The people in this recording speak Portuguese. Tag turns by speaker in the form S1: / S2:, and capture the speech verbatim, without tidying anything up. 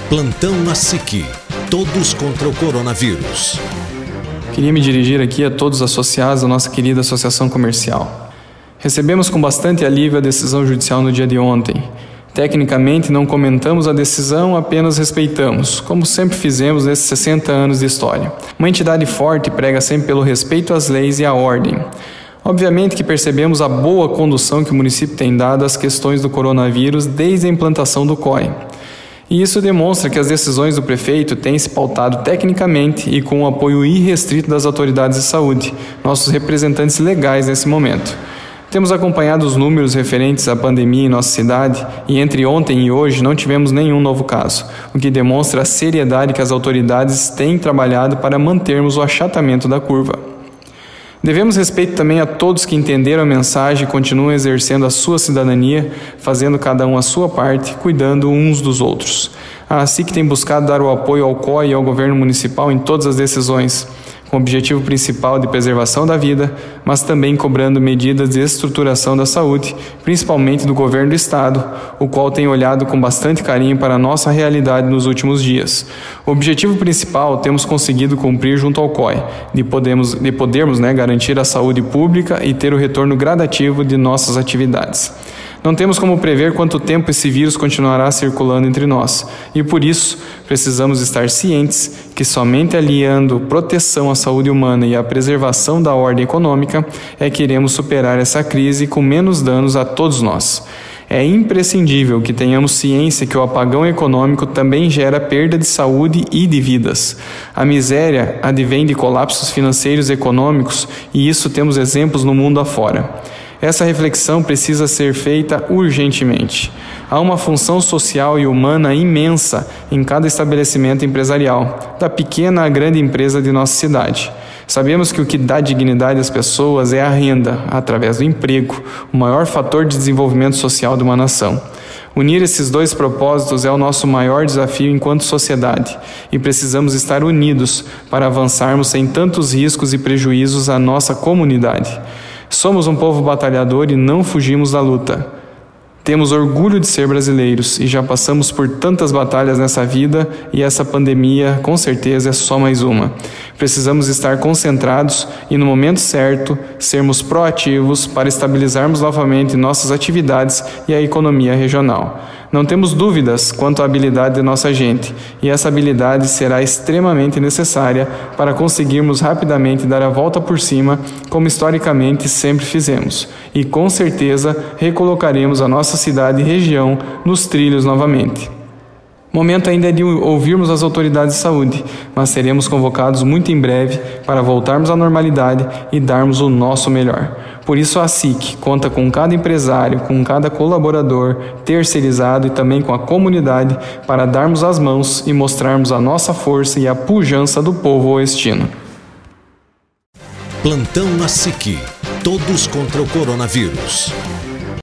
S1: Plantão na S I C. Todos contra o coronavírus.
S2: Queria me dirigir aqui a todos os associados da nossa querida Associação Comercial. Recebemos com bastante alívio a decisão judicial no dia de ontem. Tecnicamente, não comentamos a decisão, apenas respeitamos, como sempre fizemos nesses sessenta anos de história. Uma entidade forte prega sempre pelo respeito às leis e à ordem. Obviamente que percebemos a boa condução que o município tem dado às questões do coronavírus desde a implantação do C O I. E isso demonstra que as decisões do prefeito têm se pautado tecnicamente e com o apoio irrestrito das autoridades de saúde, nossos representantes legais nesse momento. Temos acompanhado os números referentes à pandemia em nossa cidade e entre ontem e hoje não tivemos nenhum novo caso, o que demonstra a seriedade que as autoridades têm trabalhado para mantermos o achatamento da curva. Devemos respeito também a todos que entenderam a mensagem e continuam exercendo a sua cidadania, fazendo cada um a sua parte, cuidando uns dos outros. A S I C tem buscado dar o apoio ao C O I e ao governo municipal em todas as decisões, com o objetivo principal de preservação da vida, mas também cobrando medidas de estruturação da saúde, principalmente do governo do estado, o qual tem olhado com bastante carinho para a nossa realidade nos últimos dias. O objetivo principal temos conseguido cumprir junto ao C O I, de, podemos, de podermos né, garantir a saúde pública e ter o retorno gradativo de nossas atividades. Não temos como prever quanto tempo esse vírus continuará circulando entre nós e, por isso, precisamos estar cientes que somente aliando proteção à saúde humana e a preservação da ordem econômica é que iremos superar essa crise com menos danos a todos nós. É imprescindível que tenhamos ciência que o apagão econômico também gera perda de saúde e de vidas. A miséria advém de colapsos financeiros e econômicos e isso temos exemplos no mundo afora. Essa reflexão precisa ser feita urgentemente. Há uma função social e humana imensa em cada estabelecimento empresarial, da pequena à grande empresa de nossa cidade. Sabemos que o que dá dignidade às pessoas é a renda, através do emprego, o maior fator de desenvolvimento social de uma nação. Unir esses dois propósitos é o nosso maior desafio enquanto sociedade e precisamos estar unidos para avançarmos sem tantos riscos e prejuízos à nossa comunidade. Somos um povo batalhador e não fugimos da luta. Temos orgulho de ser brasileiros e já passamos por tantas batalhas nessa vida e essa pandemia, com certeza, é só mais uma. Precisamos estar concentrados e, no momento certo, sermos proativos para estabilizarmos novamente nossas atividades e a economia regional. Não temos dúvidas quanto à habilidade de nossa gente e essa habilidade será extremamente necessária para conseguirmos rapidamente dar a volta por cima, como historicamente sempre fizemos. E, com certeza, recolocaremos a nossa cidade e região nos trilhos novamente. Momento ainda é de ouvirmos as autoridades de saúde, mas seremos convocados muito em breve para voltarmos à normalidade e darmos o nosso melhor. Por isso a S I C conta com cada empresário, com cada colaborador, terceirizado e também com a comunidade para darmos as mãos e mostrarmos a nossa força e a pujança do povo oestino.
S1: Plantão na S I C. Todos contra o coronavírus.